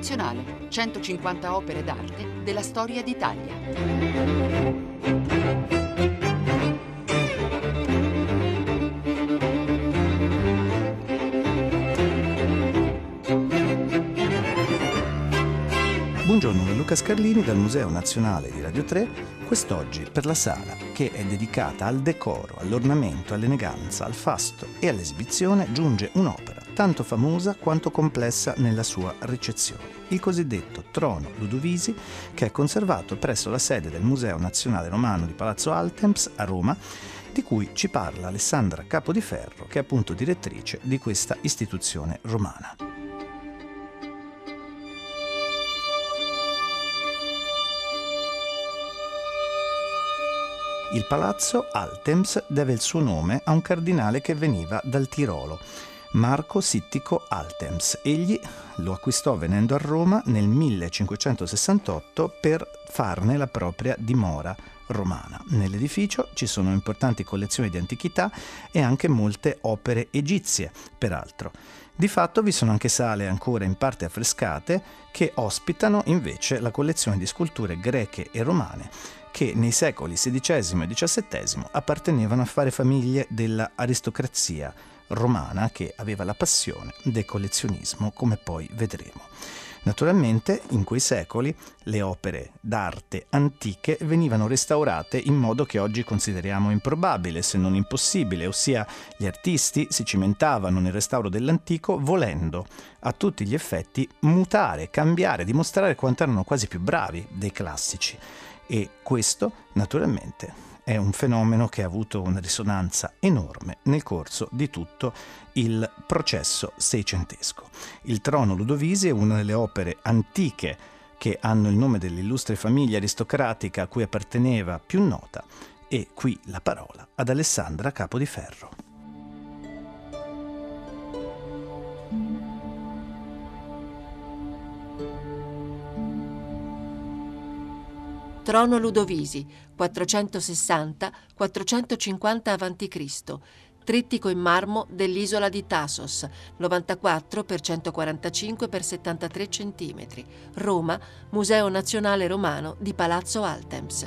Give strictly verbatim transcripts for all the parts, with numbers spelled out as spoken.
Nazionale, centocinquanta opere d'arte della storia d'Italia. Buongiorno da Luca Scarlini dal Museo Nazionale di Radio tre, quest'oggi per la sala che è dedicata al decoro, all'ornamento, all'eleganza, al fasto e all'esibizione giunge un'opera tanto famosa quanto complessa nella sua ricezione, il cosiddetto Trono Ludovisi, che è conservato presso la sede del Museo Nazionale Romano di Palazzo Altemps a Roma, di cui ci parla Alessandra Capodiferro, che è appunto direttrice di questa istituzione romana. Il palazzo Altemps deve il suo nome a un cardinale che veniva dal Tirolo, Marco Sittico Altemps. Egli lo acquistò venendo a Roma nel millecinquecentosessantotto per farne la propria dimora romana. Nell'edificio ci sono importanti collezioni di antichità e anche molte opere egizie, peraltro. Di fatto vi sono anche sale ancora in parte affrescate che ospitano invece la collezione di sculture greche e romane che nei secoli sedicesimo e diciassettesimo appartenevano a varie famiglie dell'aristocrazia romana che aveva la passione del collezionismo, come poi vedremo. Naturalmente, in quei secoli, le opere d'arte antiche venivano restaurate in modo che oggi consideriamo improbabile, se non impossibile, ossia gli artisti si cimentavano nel restauro dell'antico volendo a tutti gli effetti mutare, cambiare, dimostrare quanto erano quasi più bravi dei classici. E questo, naturalmente, è un fenomeno che ha avuto una risonanza enorme nel corso di tutto il processo seicentesco. Il Trono Ludovisi è una delle opere antiche che hanno il nome dell'illustre famiglia aristocratica a cui apparteneva più nota, e qui la parola ad Alessandra Capodiferro. Trono Ludovisi, quattrocentosessanta quattrocentocinquanta avanti Cristo, trittico in marmo dell'isola di Tasos, novantaquattro per centoquarantacinque per settantatré centimetri, Roma, Museo Nazionale Romano di Palazzo Altemps.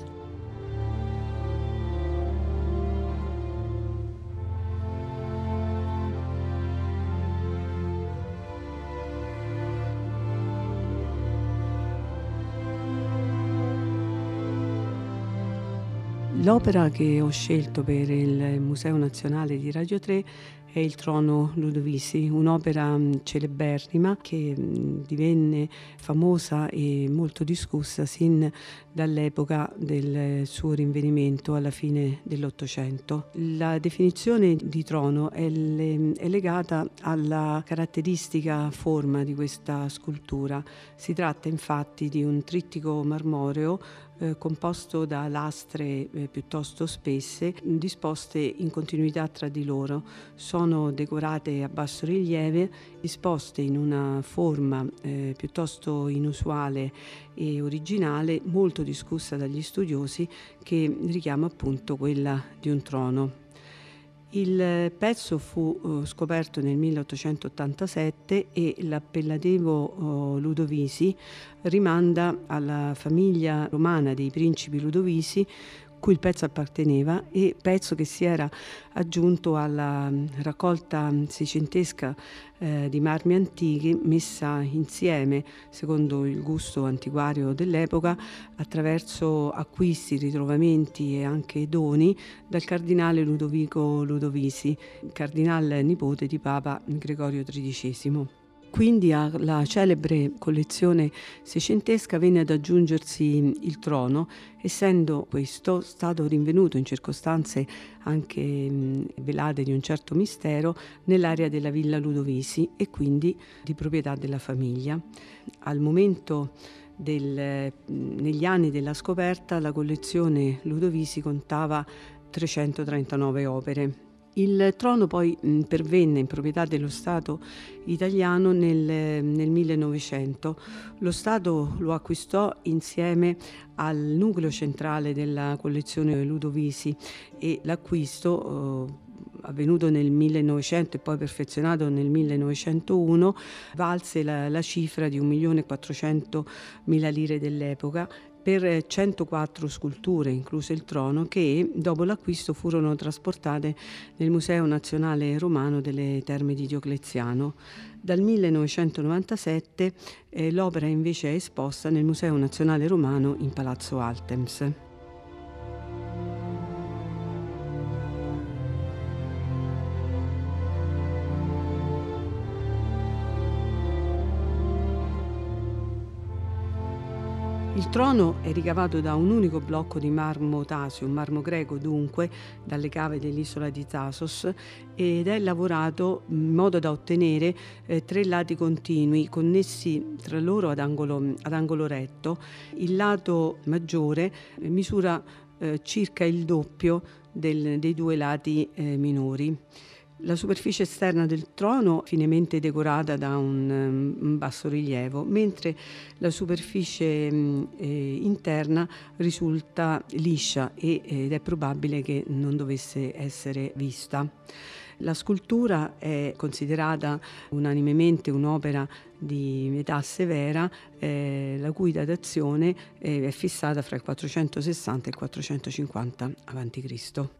L'opera che ho scelto per il Museo Nazionale di Radio tre è il Trono Ludovisi, un'opera celeberrima che divenne famosa e molto discussa sin dall'epoca del suo rinvenimento alla fine dell'Ottocento. La definizione di trono è, le, è legata alla caratteristica forma di questa scultura. Si tratta infatti di un trittico marmoreo eh, composto da lastre eh, piuttosto spesse, disposte in continuità tra di loro. Sono decorate a basso rilievo, disposte in una forma eh, piuttosto inusuale e originale, molto discussa dagli studiosi, che richiama appunto quella di un trono. Il pezzo fu uh, scoperto nel milleottocentottantasette e l'appellativo uh, Ludovisi rimanda alla famiglia romana dei principi Ludovisi cui il pezzo apparteneva, e pezzo che si era aggiunto alla raccolta seicentesca eh, di marmi antichi messa insieme secondo il gusto antiquario dell'epoca attraverso acquisti, ritrovamenti e anche doni dal cardinale Ludovico Ludovisi, cardinale nipote di Papa Gregorio tredicesimo. Quindi alla celebre collezione seicentesca venne ad aggiungersi il trono, essendo questo stato rinvenuto in circostanze anche mh, velate di un certo mistero nell'area della Villa Ludovisi e quindi di proprietà della famiglia. Al momento del, negli anni della scoperta la collezione Ludovisi contava trecentotrentanove opere. Il trono poi mh, pervenne in proprietà dello Stato italiano nel, nel millenovecento. Lo Stato lo acquistò insieme al nucleo centrale della collezione Ludovisi e l'acquisto eh, avvenuto nel millenovecento e poi perfezionato nel millenovecentouno, valse la, la cifra di un milione e quattrocentomila lire dell'epoca, per centoquattro sculture, incluso il trono, che dopo l'acquisto furono trasportate nel Museo Nazionale Romano delle Terme di Diocleziano. Dal millenovecentonovantasette eh, l'opera invece è esposta nel Museo Nazionale Romano in Palazzo Altemps. Il trono è ricavato da un unico blocco di marmo tasio, un marmo greco dunque, dalle cave dell'isola di Thasos, ed è lavorato in modo da ottenere eh, tre lati continui connessi tra loro ad angolo, ad angolo retto. Il lato maggiore eh, misura eh, circa il doppio del, dei due lati eh, minori. La superficie esterna del trono è finemente decorata da un, un bassorilievo, mentre la superficie mh, eh, interna risulta liscia e, ed è probabile che non dovesse essere vista. La scultura è considerata unanimemente un'opera di età severa, eh, la cui datazione eh, è fissata fra il quattrocentosessanta e il quattrocentocinquanta avanti Cristo.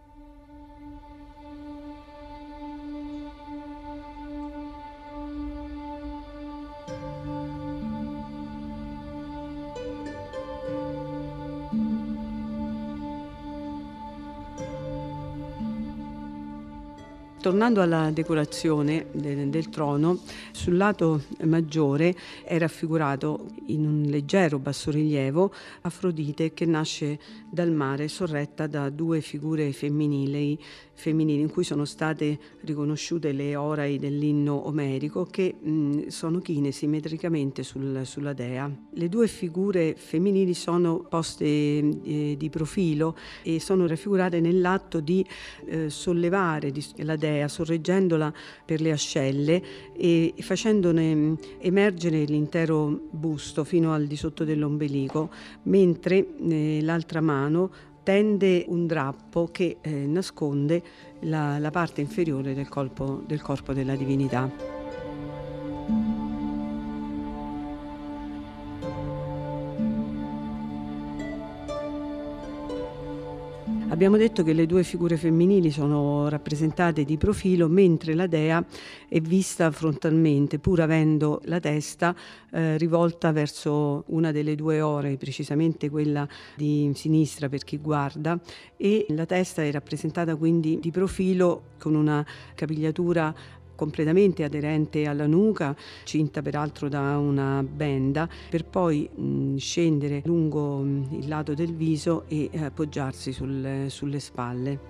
Tornando alla decorazione del, del trono, sul lato maggiore è raffigurato in un leggero bassorilievo Afrodite che nasce dal mare, sorretta da due figure femminili, femminili in cui sono state riconosciute le orai dell'inno omerico, che mh, sono chine simmetricamente sul, sulla dea. Le due figure femminili sono poste eh, di profilo e sono raffigurate nell'atto di eh, sollevare di, la dea, sorreggendola per le ascelle e facendone emergere l'intero busto fino al di sotto dell'ombelico, mentre eh, l'altra mano tende un drappo che eh, nasconde la, la parte inferiore del corpo, del corpo della divinità. Abbiamo detto che le due figure femminili sono rappresentate di profilo, mentre la dea è vista frontalmente, pur avendo la testa eh, rivolta verso una delle due ore, precisamente quella di sinistra per chi guarda, e la testa è rappresentata quindi di profilo con una capigliatura completamente aderente alla nuca, cinta peraltro da una benda, per poi mh, scendere lungo mh, il lato del viso e eh, appoggiarsi sul, sulle spalle.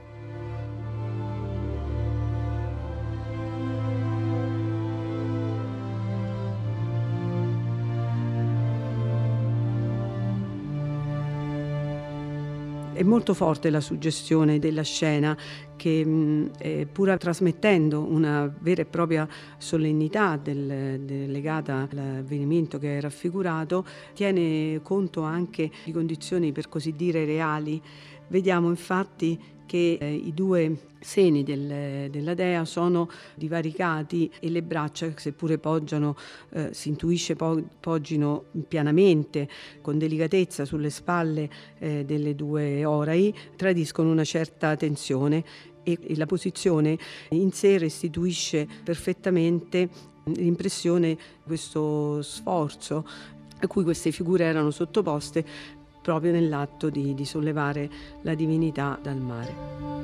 È molto forte la suggestione della scena che, mh, eh, pur trasmettendo una vera e propria solennità del, del, legata all'avvenimento che è raffigurato, tiene conto anche di condizioni per così dire reali. Vediamo infatti che eh, i due seni del, della dea sono divaricati e le braccia, seppure poggiano, eh, si intuisce po- poggino pianamente, con delicatezza sulle spalle eh, delle due orai, tradiscono una certa tensione e, e la posizione in sé restituisce perfettamente l'impressione di questo sforzo a cui queste figure erano sottoposte proprio nell'atto di, di sollevare la divinità dal mare.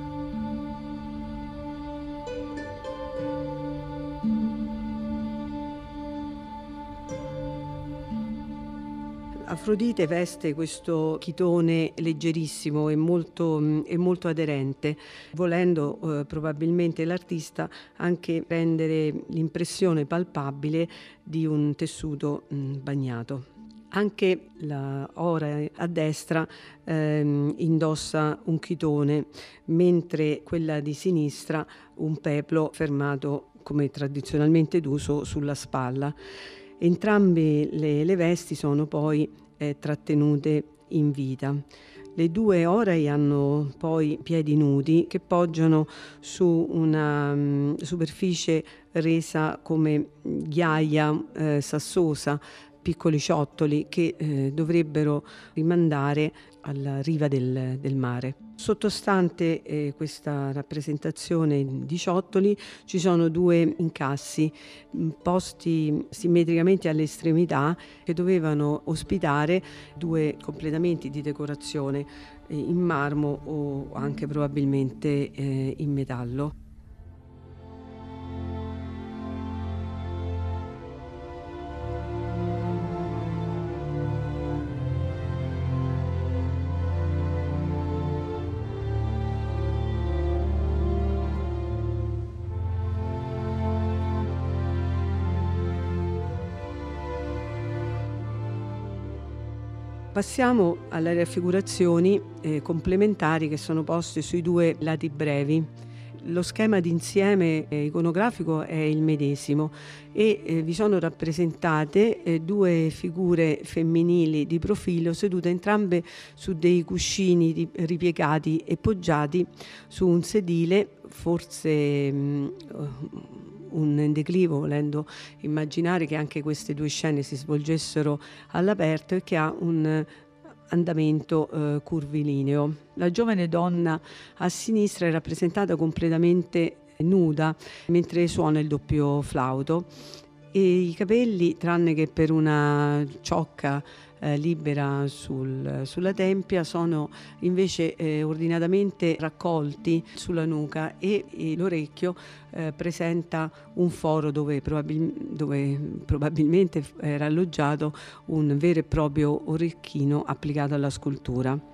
Afrodite veste questo chitone leggerissimo e molto, e molto aderente, volendo eh, probabilmente l'artista anche rendere l'impressione palpabile di un tessuto mh, bagnato. Anche la ora a destra ehm, indossa un chitone, mentre quella di sinistra un peplo fermato, come tradizionalmente d'uso, sulla spalla. Entrambe le, le vesti sono poi eh, trattenute in vita. Le due orai hanno poi piedi nudi che poggiano su una um, superficie resa come ghiaia eh, sassosa, piccoli ciottoli che eh, dovrebbero rimandare alla riva del, del mare. Sottostante eh, questa rappresentazione di ciottoli ci sono due incassi mh, posti simmetricamente alle estremità che dovevano ospitare due completamenti di decorazione eh, in marmo o anche probabilmente eh, in metallo. Passiamo alle raffigurazioni eh, complementari che sono poste sui due lati brevi. Lo schema d'insieme eh, iconografico è il medesimo e eh, vi sono rappresentate eh, due figure femminili di profilo sedute entrambe su dei cuscini di, ripiegati e poggiati su un sedile, forse mh, un declivo, volendo immaginare che anche queste due scene si svolgessero all'aperto e che ha un andamento eh, curvilineo. La giovane donna a sinistra è rappresentata completamente nuda mentre suona il doppio flauto e i capelli, tranne che per una ciocca eh, libera sul, sulla tempia, sono invece eh, ordinatamente raccolti sulla nuca e, e l'orecchio eh, presenta un foro dove, probabil- dove probabilmente era alloggiato un vero e proprio orecchino applicato alla scultura.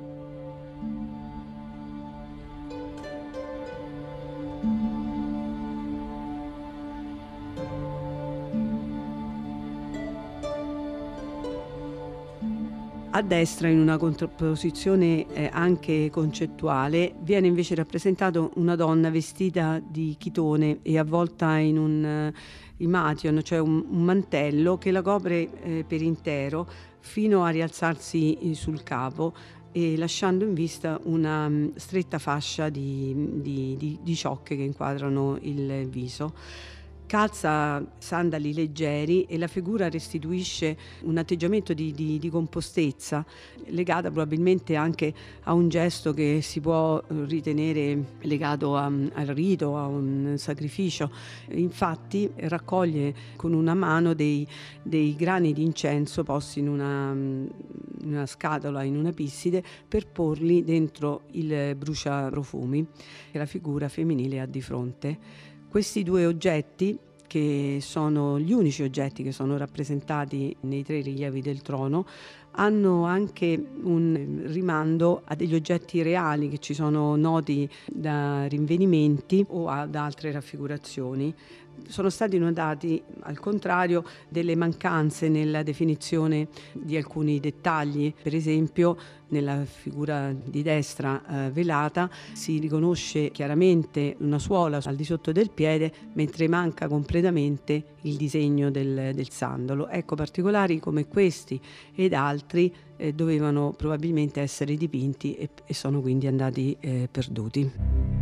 A destra, in una contrapposizione eh, anche concettuale, viene invece rappresentata una donna vestita di chitone e avvolta in un uh, imation, cioè un, un mantello che la copre eh, per intero fino a rialzarsi eh, sul capo e lasciando in vista una um, stretta fascia di, di, di, di ciocche che inquadrano il viso. Calza sandali leggeri e la figura restituisce un atteggiamento di, di, di compostezza legata probabilmente anche a un gesto che si può ritenere legato a, al rito, a un sacrificio. Infatti raccoglie con una mano dei, dei grani di incenso posti in una, in una scatola, in una pisside, per porli dentro il bruciaprofumi che la figura femminile ha di fronte. Questi due oggetti, che sono gli unici oggetti che sono rappresentati nei tre rilievi del trono, hanno anche un rimando a degli oggetti reali che ci sono noti da rinvenimenti o ad altre raffigurazioni. Sono stati notati, al contrario, delle mancanze nella definizione di alcuni dettagli. Per esempio, nella figura di destra eh, velata si riconosce chiaramente una suola al di sotto del piede, mentre manca completamente il disegno del, del sandalo. Ecco, particolari come questi ed altri eh, dovevano probabilmente essere dipinti e, e sono quindi andati eh, perduti.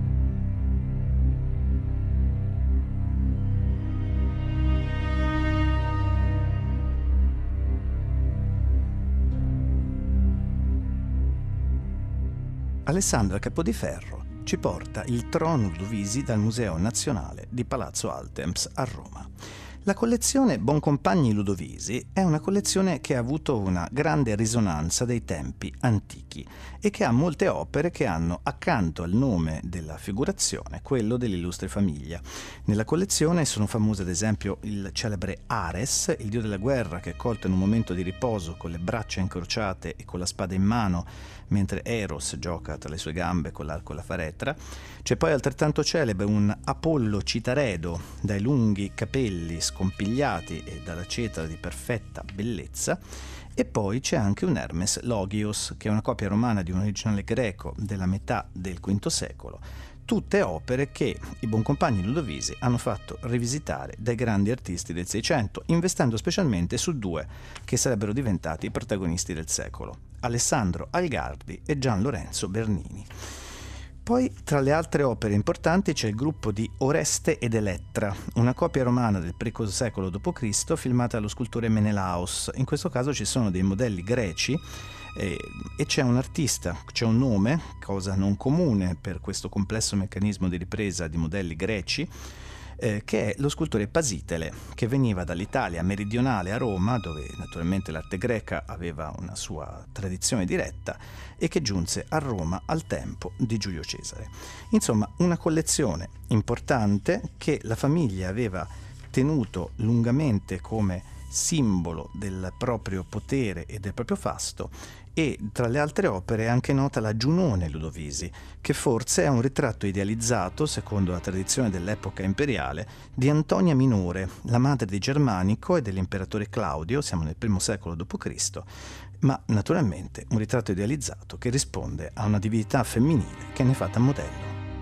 Alessandra Capodiferro ci porta il trono Ludovisi dal Museo Nazionale di Palazzo Altemps a Roma. La collezione Boncompagni Ludovisi è una collezione che ha avuto una grande risonanza dei tempi antichi e che ha molte opere che hanno accanto al nome della figurazione quello dell'illustre famiglia. Nella collezione sono famose ad esempio il celebre Ares, il dio della guerra che è colto in un momento di riposo con le braccia incrociate e con la spada in mano, mentre Eros gioca tra le sue gambe con l'arco e la faretra. C'è poi altrettanto celebre un Apollo Citaredo dai lunghi capelli scompigliati e dalla cetra di perfetta bellezza, e poi c'è anche un Hermes Logios che è una copia romana di un originale greco della metà del quinto secolo, tutte opere che i Boncompagni Ludovisi hanno fatto rivisitare dai grandi artisti del Seicento, investendo specialmente su due che sarebbero diventati i protagonisti del secolo, Alessandro Algardi e Gian Lorenzo Bernini. Poi, tra le altre opere importanti, c'è il gruppo di Oreste ed Elettra, una copia romana del primo secolo dopo Cristo filmata dallo scultore Menelaos. In questo caso ci sono dei modelli greci eh, e c'è un artista, c'è un nome, cosa non comune per questo complesso meccanismo di ripresa di modelli greci, eh, che è lo scultore Pasitele, che veniva dall'Italia meridionale a Roma, dove naturalmente l'arte greca aveva una sua tradizione diretta, e che giunse a Roma al tempo di Giulio Cesare. Insomma, una collezione importante che la famiglia aveva tenuto lungamente come simbolo del proprio potere e del proprio fasto, e tra le altre opere è anche nota la Giunone Ludovisi, che forse è un ritratto idealizzato, secondo la tradizione dell'epoca imperiale, di Antonia Minore, la madre di Germanico e dell'imperatore Claudio, siamo nel primo secolo dopo Cristo, ma naturalmente un ritratto idealizzato che risponde a una divinità femminile che ne è fatta modello.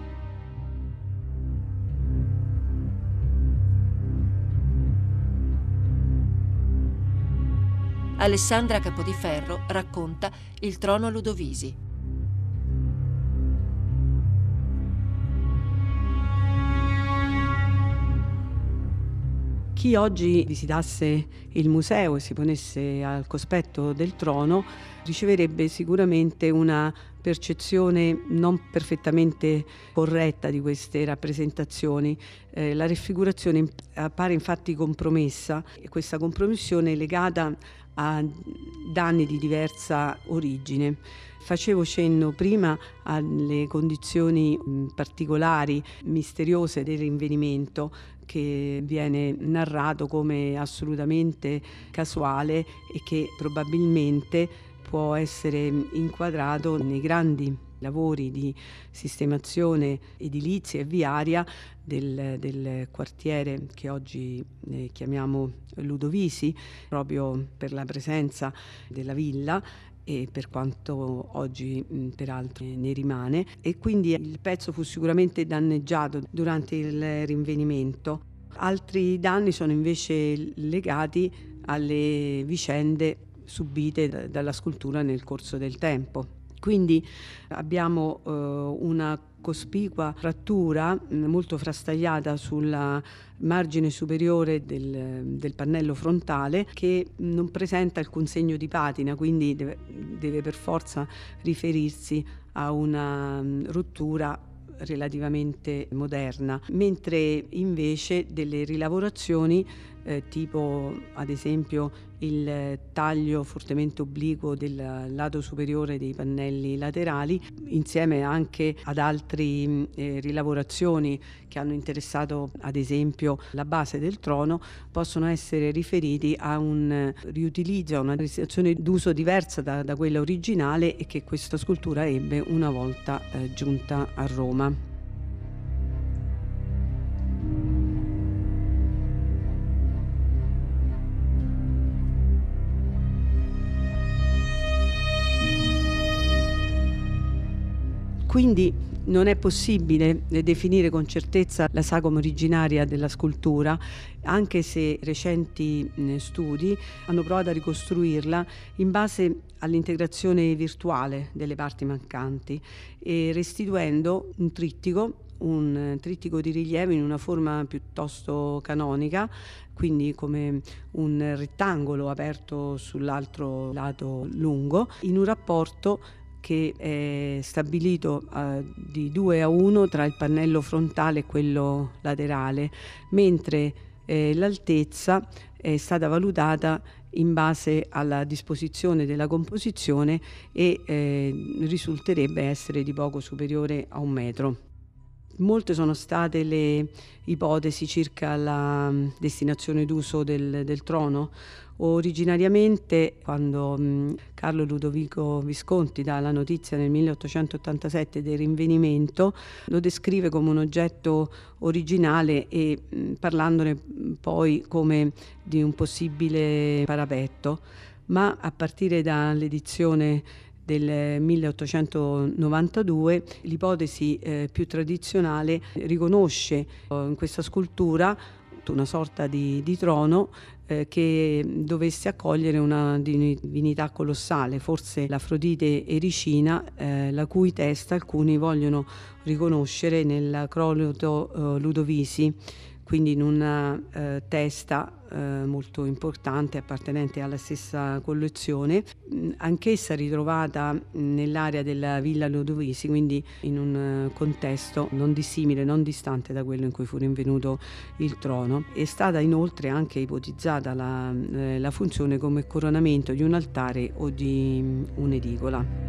Alessandra Capodiferro racconta Il trono Ludovisi. Chi oggi visitasse il museo e si ponesse al cospetto del trono riceverebbe sicuramente una percezione non perfettamente corretta di queste rappresentazioni. Eh, la raffigurazione appare infatti compromessa, e questa compromissione è legata a danni di diversa origine. Facevo cenno prima alle condizioni particolari, misteriose del rinvenimento, che viene narrato come assolutamente casuale e che probabilmente può essere inquadrato nei grandi lavori di sistemazione edilizia e viaria del, del quartiere che oggi eh, chiamiamo Ludovisi, proprio per la presenza della villa e per quanto oggi mh, peraltro ne rimane, e quindi il pezzo fu sicuramente danneggiato durante il rinvenimento. Altri danni sono invece legati alle vicende subite da, dalla scultura nel corso del tempo. Quindi abbiamo eh, una cospicua frattura molto frastagliata sulla margine superiore del, del pannello frontale, che non presenta alcun segno di patina, quindi deve, deve per forza riferirsi a una rottura relativamente moderna, mentre invece delle rilavorazioni eh, tipo ad esempio il taglio fortemente obliquo del lato superiore dei pannelli laterali, insieme anche ad altre eh, rilavorazioni che hanno interessato ad esempio la base del trono, possono essere riferiti a un riutilizzo, a una realizzazione d'uso diversa da, da quella originale, e che questa scultura ebbe una volta eh, giunta a Roma. Quindi non è possibile definire con certezza la sagoma originaria della scultura, anche se recenti studi hanno provato a ricostruirla in base all'integrazione virtuale delle parti mancanti e restituendo un trittico, un trittico di rilievo in una forma piuttosto canonica, quindi come un rettangolo aperto sull'altro lato lungo, in un rapporto che è stabilito uh, di due a uno tra il pannello frontale e quello laterale, mentre eh, l'altezza è stata valutata in base alla disposizione della composizione e eh, risulterebbe essere di poco superiore a un metro. Molte sono state le ipotesi circa la destinazione d'uso del, del trono. Originariamente, quando mh, Carlo Ludovico Visconti dà la notizia nel milleottocentottantasette del rinvenimento, lo descrive come un oggetto originale e mh, parlandone poi come di un possibile parapetto, ma a partire dall'edizione del milleottocentonovantadue, l'ipotesi eh, più tradizionale riconosce eh, in questa scultura una sorta di, di trono eh, che dovesse accogliere una divinità colossale, forse l'Afrodite Ericina, eh, la cui testa alcuni vogliono riconoscere nel Crolito eh, Ludovisi, quindi in una eh, testa eh, molto importante appartenente alla stessa collezione, mh, anch'essa ritrovata mh, nell'area della Villa Ludovisi, quindi in un uh, contesto non dissimile, non distante da quello in cui fu rinvenuto il trono. È stata inoltre anche ipotizzata la, eh, la funzione come coronamento di un altare o di mh, un'edicola.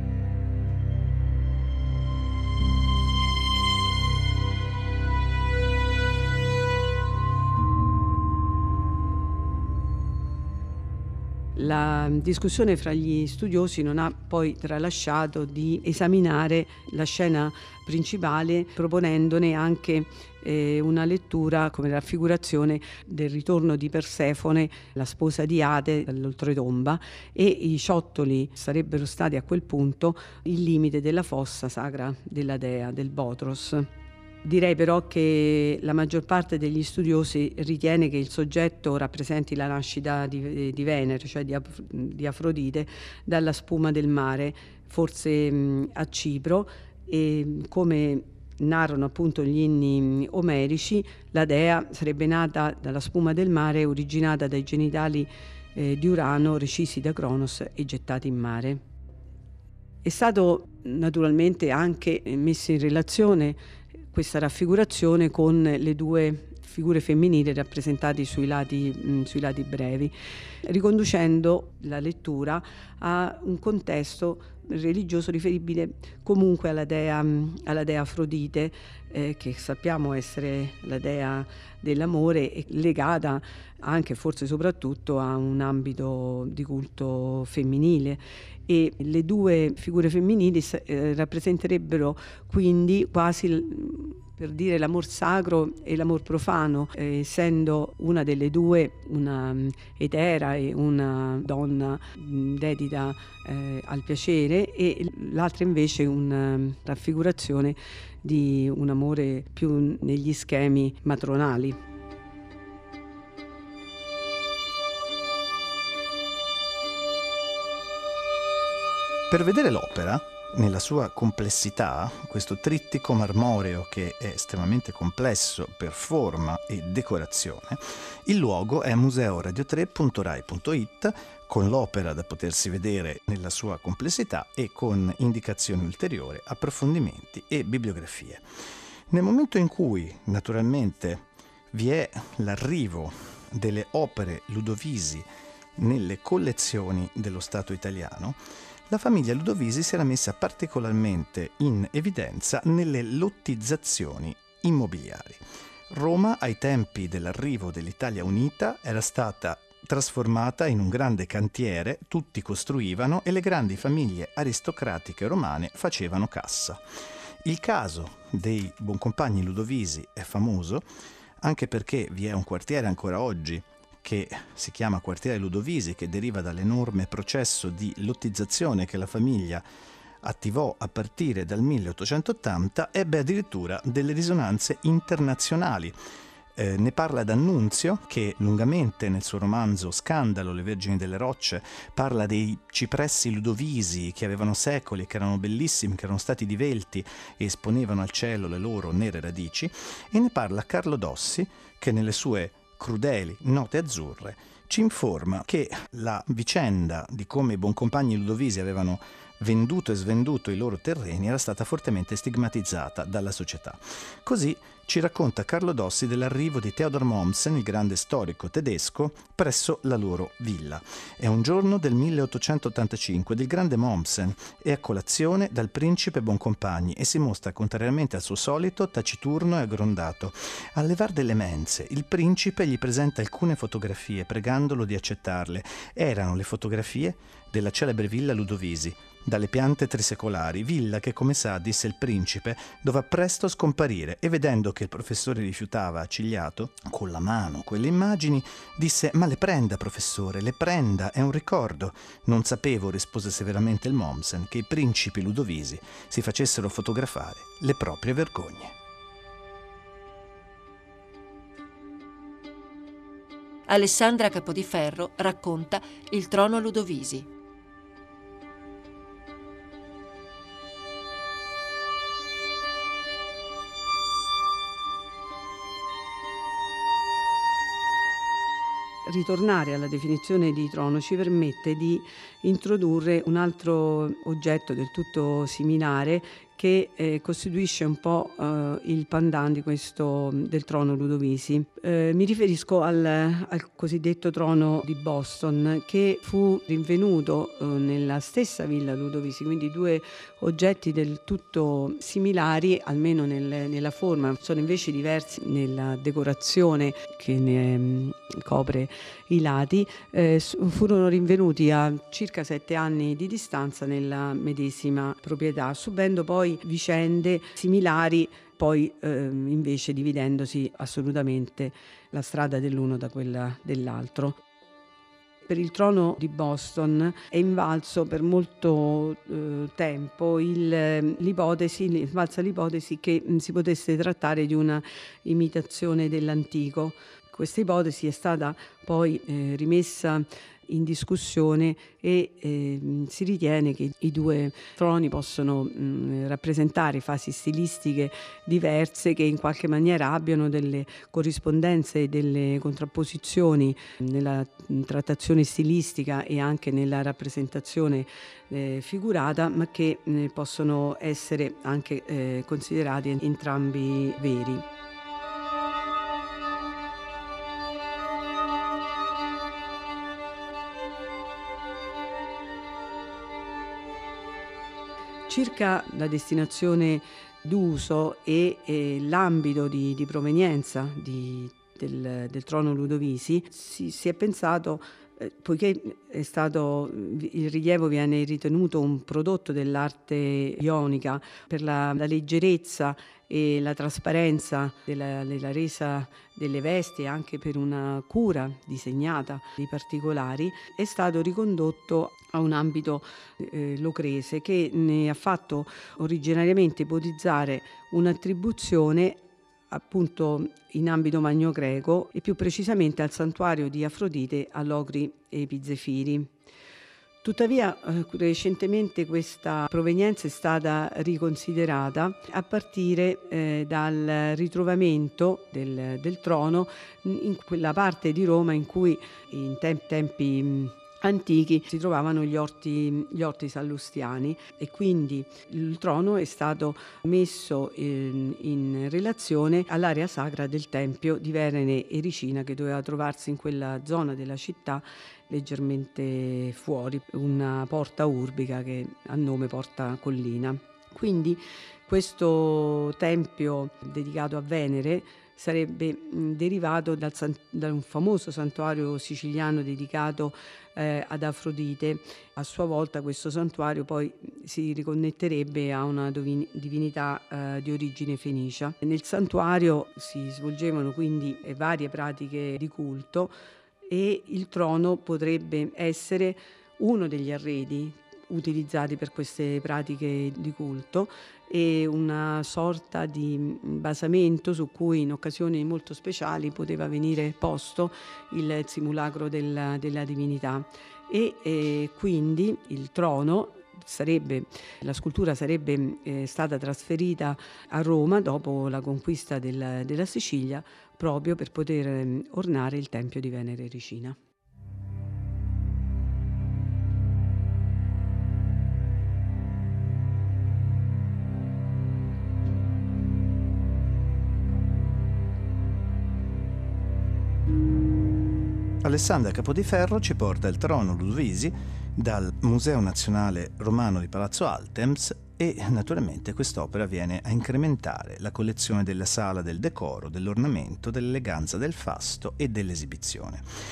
La discussione fra gli studiosi non ha poi tralasciato di esaminare la scena principale, proponendone anche eh, una lettura come raffigurazione del ritorno di Persefone, la sposa di Ade, dall'oltretomba, e i ciottoli sarebbero stati a quel punto il limite della fossa sacra della dea, del Botros. Direi però che la maggior parte degli studiosi ritiene che il soggetto rappresenti la nascita di, di Venere, cioè di, Af- di Afrodite, dalla spuma del mare, forse mh, a Cipro, e come narrano appunto gli inni omerici, la dea sarebbe nata dalla spuma del mare, originata dai genitali eh, di Urano recisi da Cronos e gettati in mare. È stato naturalmente anche messo in relazione questa raffigurazione con le due figure femminili rappresentate sui lati, mh, sui lati brevi, riconducendo la lettura a un contesto religioso riferibile comunque alla dea, alla dea Afrodite, eh, che sappiamo essere la dea dell'amore e legata anche forse soprattutto a un ambito di culto femminile. E le due figure femminili eh, rappresenterebbero quindi quasi, per dire, l'amor sacro e l'amor profano, eh, essendo una delle due una um, etera e una donna um, dedita eh, al piacere, e l'altra invece una um, raffigurazione di un amore più negli schemi matronali. Per vedere l'opera nella sua complessità, questo trittico marmoreo che è estremamente complesso per forma e decorazione, il luogo è museo radio tre punto rai punto it, con l'opera da potersi vedere nella sua complessità e con indicazioni ulteriori, approfondimenti e bibliografie. Nel momento in cui, naturalmente, vi è l'arrivo delle opere Ludovisi nelle collezioni dello Stato italiano, la famiglia Ludovisi si era messa particolarmente in evidenza nelle lottizzazioni immobiliari. Roma, ai tempi dell'arrivo dell'Italia Unita, era stata trasformata in un grande cantiere, tutti costruivano e le grandi famiglie aristocratiche romane facevano cassa. Il caso dei Boncompagni Ludovisi è famoso anche perché vi è un quartiere ancora oggi che si chiama quartiere Ludovisi, che deriva dall'enorme processo di lottizzazione che la famiglia attivò a partire dal milleottocentottanta, ebbe addirittura delle risonanze internazionali. Eh, ne parla D'Annunzio, che lungamente nel suo romanzo Scandalo, le Vergini delle Rocce, parla dei cipressi ludovisi che avevano secoli, che erano bellissimi, che erano stati divelti e esponevano al cielo le loro nere radici, e ne parla Carlo Dossi, che nelle sue crudeli Note azzurre ci informa che la vicenda di come i Boncompagni Ludovisi avevano venduto e svenduto i loro terreni era stata fortemente stigmatizzata dalla società. Così ci racconta Carlo Dossi dell'arrivo di Theodor Mommsen, il grande storico tedesco, presso la loro villa. È un giorno del milleottocentottantacinque del grande Mommsen, è a colazione dal principe Boncompagni e si mostra, contrariamente al suo solito, taciturno e aggrondato. Al levar delle mense, il principe gli presenta alcune fotografie, pregandolo di accettarle. Erano le fotografie della celebre villa Ludovisi, dalle piante trisecolari, villa che, come sa, disse il principe, doveva presto scomparire, e vedendo che il professore rifiutava accigliato con la mano quelle immagini, disse: «Ma le prenda, professore, le prenda, è un ricordo». «Non sapevo», rispose severamente il Mommsen, «che i principi ludovisi si facessero fotografare le proprie vergogne». Alessandra Capodiferro racconta Il trono Ludovisi. Ritornare alla definizione di trono ci permette di introdurre un altro oggetto del tutto similare che eh, costituisce un po' eh, il pendant di questo, del trono Ludovisi. Eh, mi riferisco al, al cosiddetto trono di Boston, che fu rinvenuto eh, nella stessa villa Ludovisi, quindi due oggetti del tutto similari, almeno nel, nella forma, sono invece diversi nella decorazione che ne mh, copre i lati. Eh, furono rinvenuti a circa sette anni di distanza nella medesima proprietà, subendo poi vicende similari, poi eh, invece dividendosi assolutamente la strada dell'uno da quella dell'altro. Per il trono di Boston è invalso per molto eh, tempo il, l'ipotesi, invalsa l'ipotesi che mh, si potesse trattare di una imitazione dell'antico. Questa ipotesi è stata poi eh, rimessa in discussione e eh, si ritiene che i due troni possono mh, rappresentare fasi stilistiche diverse, che in qualche maniera abbiano delle corrispondenze e delle contrapposizioni nella trattazione stilistica e anche nella rappresentazione eh, figurata, ma che eh, possono essere anche eh, considerati entrambi veri. Circa la destinazione d'uso e eh, l'ambito di, di provenienza di, del, del trono Ludovisi, si, si è pensato, eh, poiché è stato, il rilievo viene ritenuto un prodotto dell'arte ionica per la, la leggerezza e la trasparenza della, della resa delle vesti, e anche per una cura disegnata di particolari, è stato ricondotto a un ambito eh, locrese, che ne ha fatto originariamente ipotizzare un'attribuzione appunto in ambito magno-greco, e più precisamente al santuario di Afrodite a Locri e Epizefiri. Tuttavia, eh, recentemente questa provenienza è stata riconsiderata a partire eh, dal ritrovamento del, del trono in quella parte di Roma in cui in tem- tempi mh, antichi si trovavano gli orti, gli orti sallustiani, e quindi il trono è stato messo in, in relazione all'area sacra del tempio di Verene Ericina, che doveva trovarsi in quella zona della città leggermente fuori, una porta urbica che a nome Porta Collina. Quindi questo tempio dedicato a Venere sarebbe derivato dal, da un famoso santuario siciliano dedicato eh, ad Afrodite. A sua volta questo santuario poi si riconnetterebbe a una divinità eh, di origine fenicia. Nel santuario si svolgevano quindi varie pratiche di culto, e il trono potrebbe essere uno degli arredi utilizzati per queste pratiche di culto, e una sorta di basamento su cui in occasioni molto speciali poteva venire posto il simulacro della, della divinità, e eh, quindi il trono sarebbe, la scultura sarebbe eh, stata trasferita a Roma dopo la conquista della, della Sicilia, proprio per poter eh, ornare il tempio di Venere Ericina. Alessandra Capodiferro ci porta il trono Ludovisi dal Museo Nazionale Romano di Palazzo Altemps, e naturalmente quest'opera viene a incrementare la collezione della sala del decoro, dell'ornamento, dell'eleganza del fasto e dell'esibizione.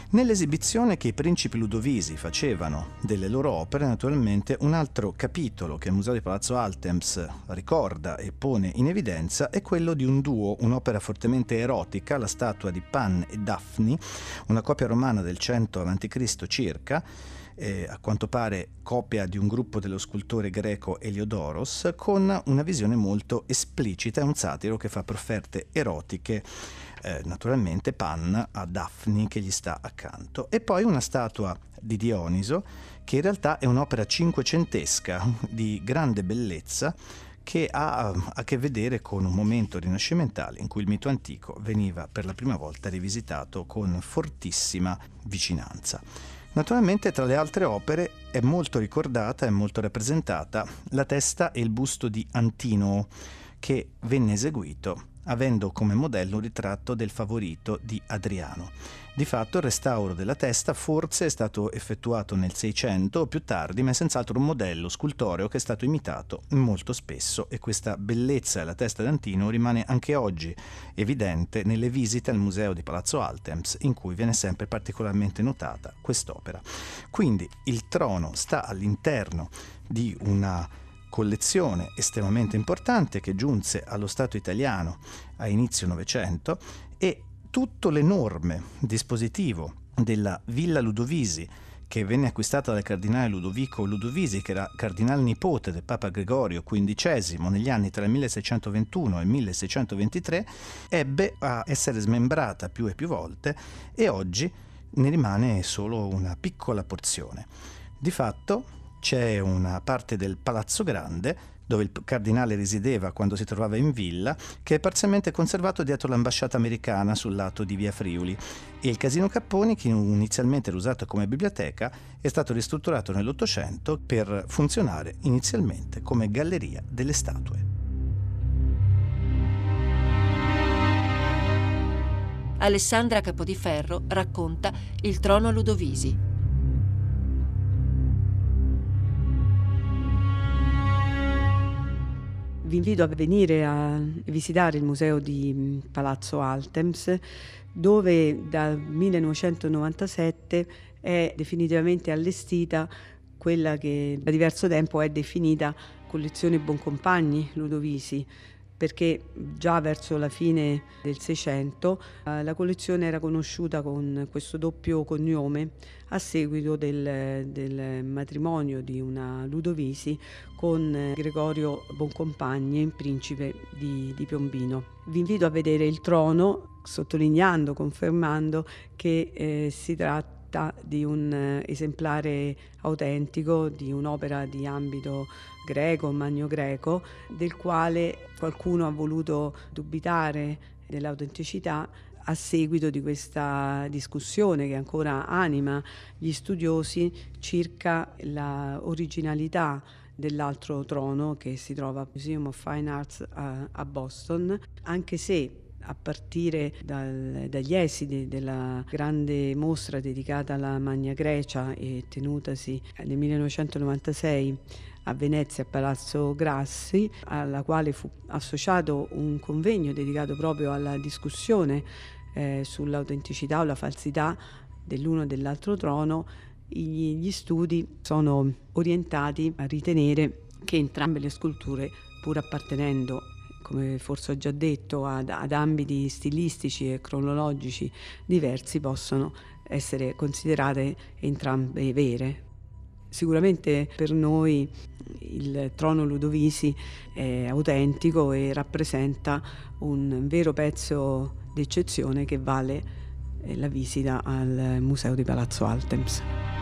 Nell'esibizione che i principi ludovisi facevano delle loro opere, naturalmente, un altro capitolo che il Museo di Palazzo Altemps ricorda e pone in evidenza è quello di un duo, un'opera fortemente erotica, la statua di Pan e Daphne, una copia romana del cento avanti Cristo circa, eh, a quanto pare copia di un gruppo dello scultore greco Eliodoros, con una visione molto esplicita e un satiro che fa profferte erotiche, eh, naturalmente Pan a Daphne che gli sta accanto, e poi una statua di Dioniso che in realtà è un'opera cinquecentesca di grande bellezza che ha a che vedere con un momento rinascimentale in cui il mito antico veniva per la prima volta rivisitato con fortissima vicinanza. Naturalmente tra le altre opere è molto ricordata e molto rappresentata la testa e il busto di Antinoo, che venne eseguito avendo come modello un ritratto del favorito di Adriano. Di fatto il restauro della testa forse è stato effettuato nel Seicento o più tardi, ma è senz'altro un modello scultoreo che è stato imitato molto spesso, e questa bellezza della testa d'Antinoo rimane anche oggi evidente nelle visite al Museo di Palazzo Altemps, in cui viene sempre particolarmente notata quest'opera. Quindi il trono sta all'interno di una collezione estremamente importante che giunse allo Stato italiano a inizio Novecento, e tutto l'enorme dispositivo della Villa Ludovisi, che venne acquistata dal cardinale Ludovico Ludovisi, che era cardinale nipote del Papa Gregorio quindicesimo negli anni tra il milleseicentoventuno e il milleseicentoventitré, ebbe a essere smembrata più e più volte e oggi ne rimane solo una piccola porzione. Di fatto c'è una parte del Palazzo Grande, dove il cardinale risiedeva quando si trovava in villa, che è parzialmente conservato dietro l'ambasciata americana sul lato di via Friuli, e il Casino Capponi, che inizialmente era usato come biblioteca, è stato ristrutturato nell'Ottocento per funzionare inizialmente come galleria delle statue. Alessandra Capodiferro racconta Il trono Ludovisi. Vi invito a venire a visitare il museo di Palazzo Altemps, dove dal millenovecentonovantasette è definitivamente allestita quella che da diverso tempo è definita collezione Boncompagni Ludovisi, perché già verso la fine del Seicento eh, la collezione era conosciuta con questo doppio cognome a seguito del, del matrimonio di una Ludovisi con Gregorio Boncompagni, principe di, di Piombino. Vi invito a vedere il trono, sottolineando, confermando che eh, si tratta di un eh, esemplare autentico, di un'opera di ambito greco, magno-greco, del quale qualcuno ha voluto dubitare dell'autenticità a seguito di questa discussione che ancora anima gli studiosi circa la originalità dell'altro trono che si trova al Museum of Fine Arts a, a Boston, anche se a partire dal, dagli esiti della grande mostra dedicata alla Magna Grecia e tenutasi nel millenovecentonovantasei a Venezia a Palazzo Grassi, alla quale fu associato un convegno dedicato proprio alla discussione eh, sull'autenticità o la falsità dell'uno e dell'altro trono, gli, gli studi sono orientati a ritenere che entrambe le sculture, pur appartenendo, come forse ho già detto, ad, ad ambiti stilistici e cronologici diversi, possono essere considerate entrambe vere. Sicuramente per noi il trono Ludovisi è autentico e rappresenta un vero pezzo d'eccezione che vale la visita al Museo di Palazzo Altemps.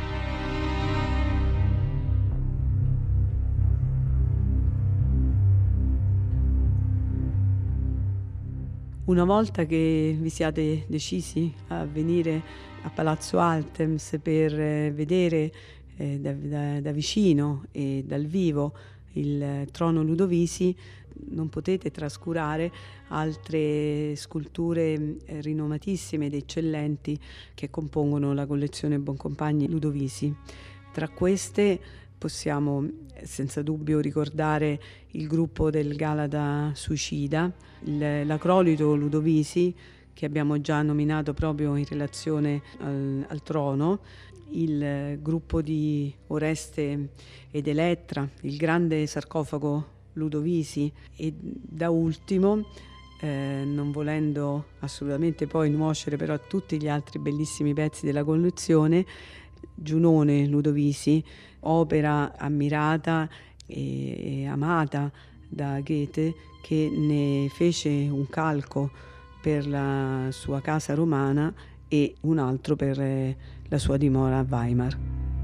Una volta che vi siate decisi a venire a Palazzo Altemps per vedere eh, da, da, da vicino e dal vivo il trono Ludovisi, non potete trascurare altre sculture rinomatissime ed eccellenti che compongono la collezione Boncompagni Ludovisi. Tra queste possiamo senza dubbio ricordare il gruppo del Galata Suicida, l'acrolito Ludovisi, che abbiamo già nominato proprio in relazione al, al trono, il gruppo di Oreste ed Elettra, il grande sarcofago Ludovisi e da ultimo, eh, non volendo assolutamente poi nuocere però a tutti gli altri bellissimi pezzi della collezione, Giunone Ludovisi, opera ammirata e, e amata da Goethe, che ne fece un calco per la sua casa romana e un altro per eh, la sua dimora a Weimar.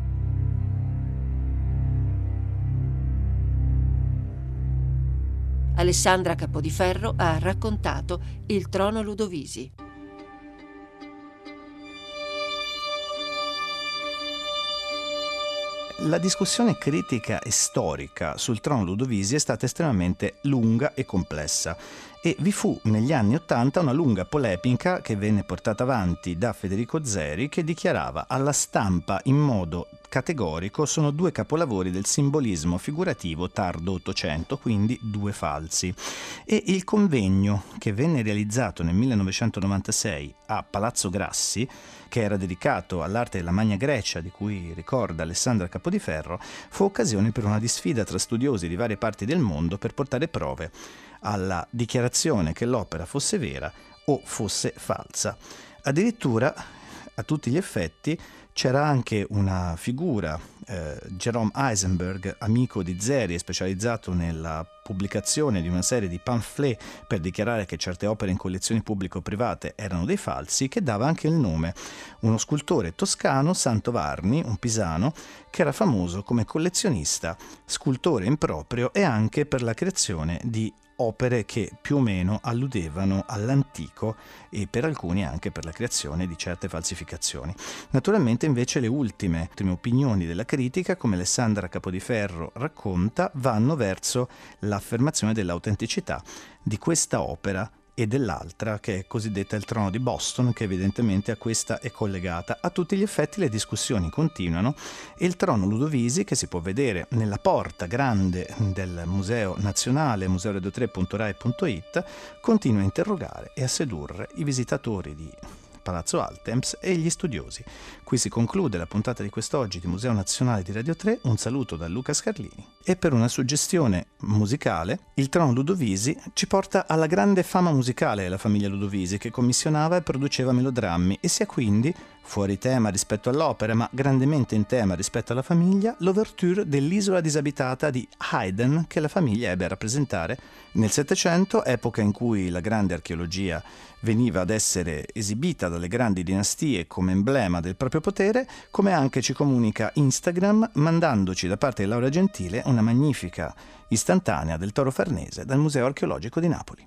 Alessandra Capodiferro ha raccontato Il trono Ludovisi. La discussione critica e storica sul trono Ludovisi è stata estremamente lunga e complessa e vi fu negli anni Ottanta una lunga polemica che venne portata avanti da Federico Zeri, che dichiarava alla stampa in modo categorico: sono due capolavori del simbolismo figurativo tardo Ottocento, quindi due falsi. E il convegno che venne realizzato nel millenovecentonovantasei a Palazzo Grassi, che era dedicato all'arte della Magna Grecia, di cui ricorda Alessandra Capodiferro, fu occasione per una disfida tra studiosi di varie parti del mondo per portare prove alla dichiarazione che l'opera fosse vera o fosse falsa. Addirittura, a tutti gli effetti, c'era anche una figura, eh, Jerome Eisenberg, amico di Zeri e specializzato nella pubblicazione di una serie di pamphlet per dichiarare che certe opere in collezioni pubbliche o private erano dei falsi, che dava anche il nome. Uno scultore toscano, Santo Varni, un pisano, che era famoso come collezionista, scultore in proprio e anche per la creazione di opere che più o meno alludevano all'antico e per alcuni anche per la creazione di certe falsificazioni. Naturalmente invece le ultime, ultime opinioni della critica, come Alessandra Capodiferro racconta, vanno verso l'affermazione dell'autenticità di questa opera e dell'altra, che è cosiddetta Il trono di Boston, che evidentemente a questa è collegata. A tutti gli effetti le discussioni continuano e il trono Ludovisi, che si può vedere nella porta grande del Museo Nazionale, museo radio tre punto rai punto it, continua a interrogare e a sedurre i visitatori di Palazzo Altemps e gli studiosi. Qui si conclude la puntata di quest'oggi di Museo Nazionale di Radio tre. Un saluto da Luca Scarlini e per una suggestione musicale, il trono Ludovisi ci porta alla grande fama musicale della famiglia Ludovisi, che commissionava e produceva melodrammi, e sia quindi fuori tema rispetto all'opera ma grandemente in tema rispetto alla famiglia, l'ouverture dell'Isola disabitata di Haydn, che la famiglia ebbe a rappresentare nel Settecento, epoca in cui la grande archeologia veniva ad essere esibita dalle grandi dinastie come emblema del proprio potere, come anche ci comunica Instagram, mandandoci da parte di Laura Gentile una magnifica istantanea del Toro Farnese dal Museo Archeologico di Napoli.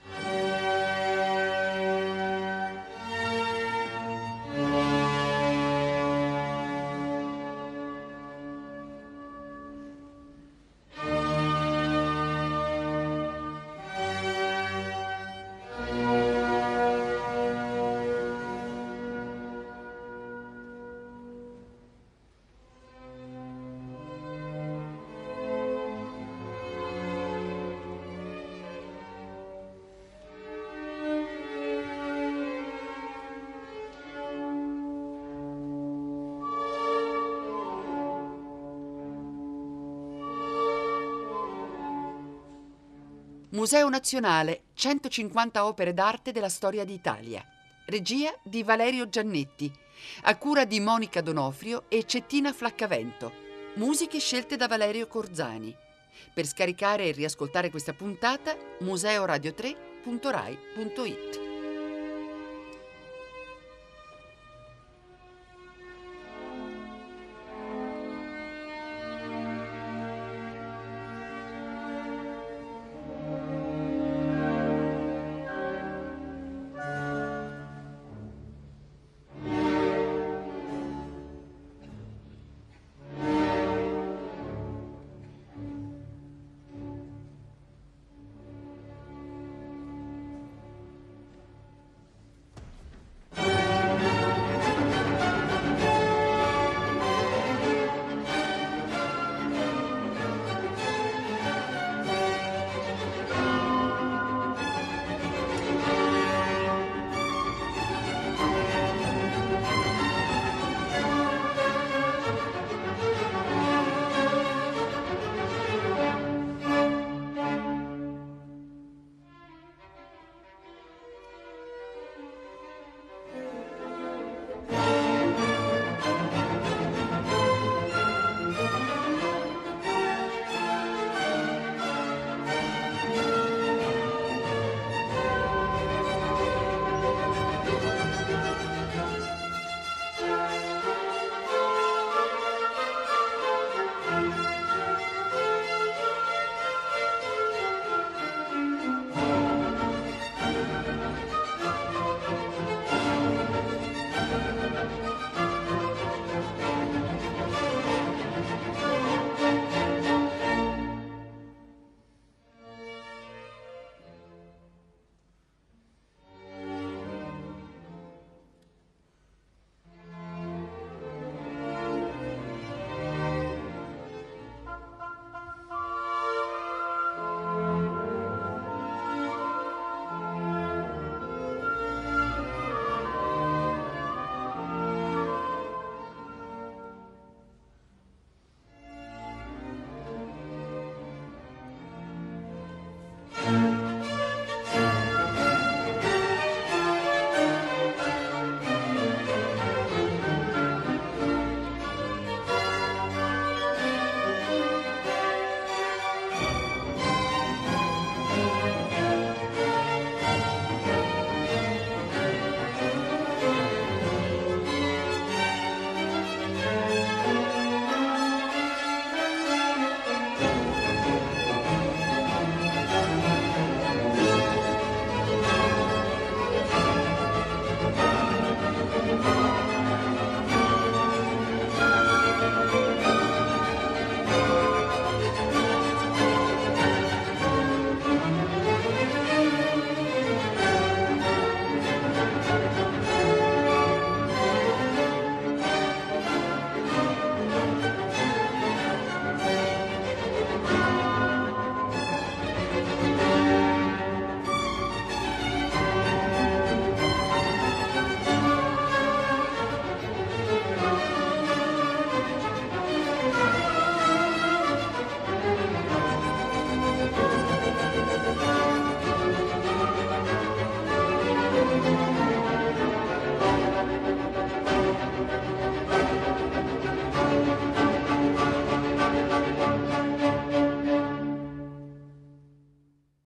Museo Nazionale, centocinquanta opere d'arte della storia d'Italia. Regia di Valerio Giannetti, a cura di Monica Donofrio e Cettina Flaccavento. Musiche scelte da Valerio Corzani. Per scaricare e riascoltare questa puntata, museo radio tre punto rai punto it.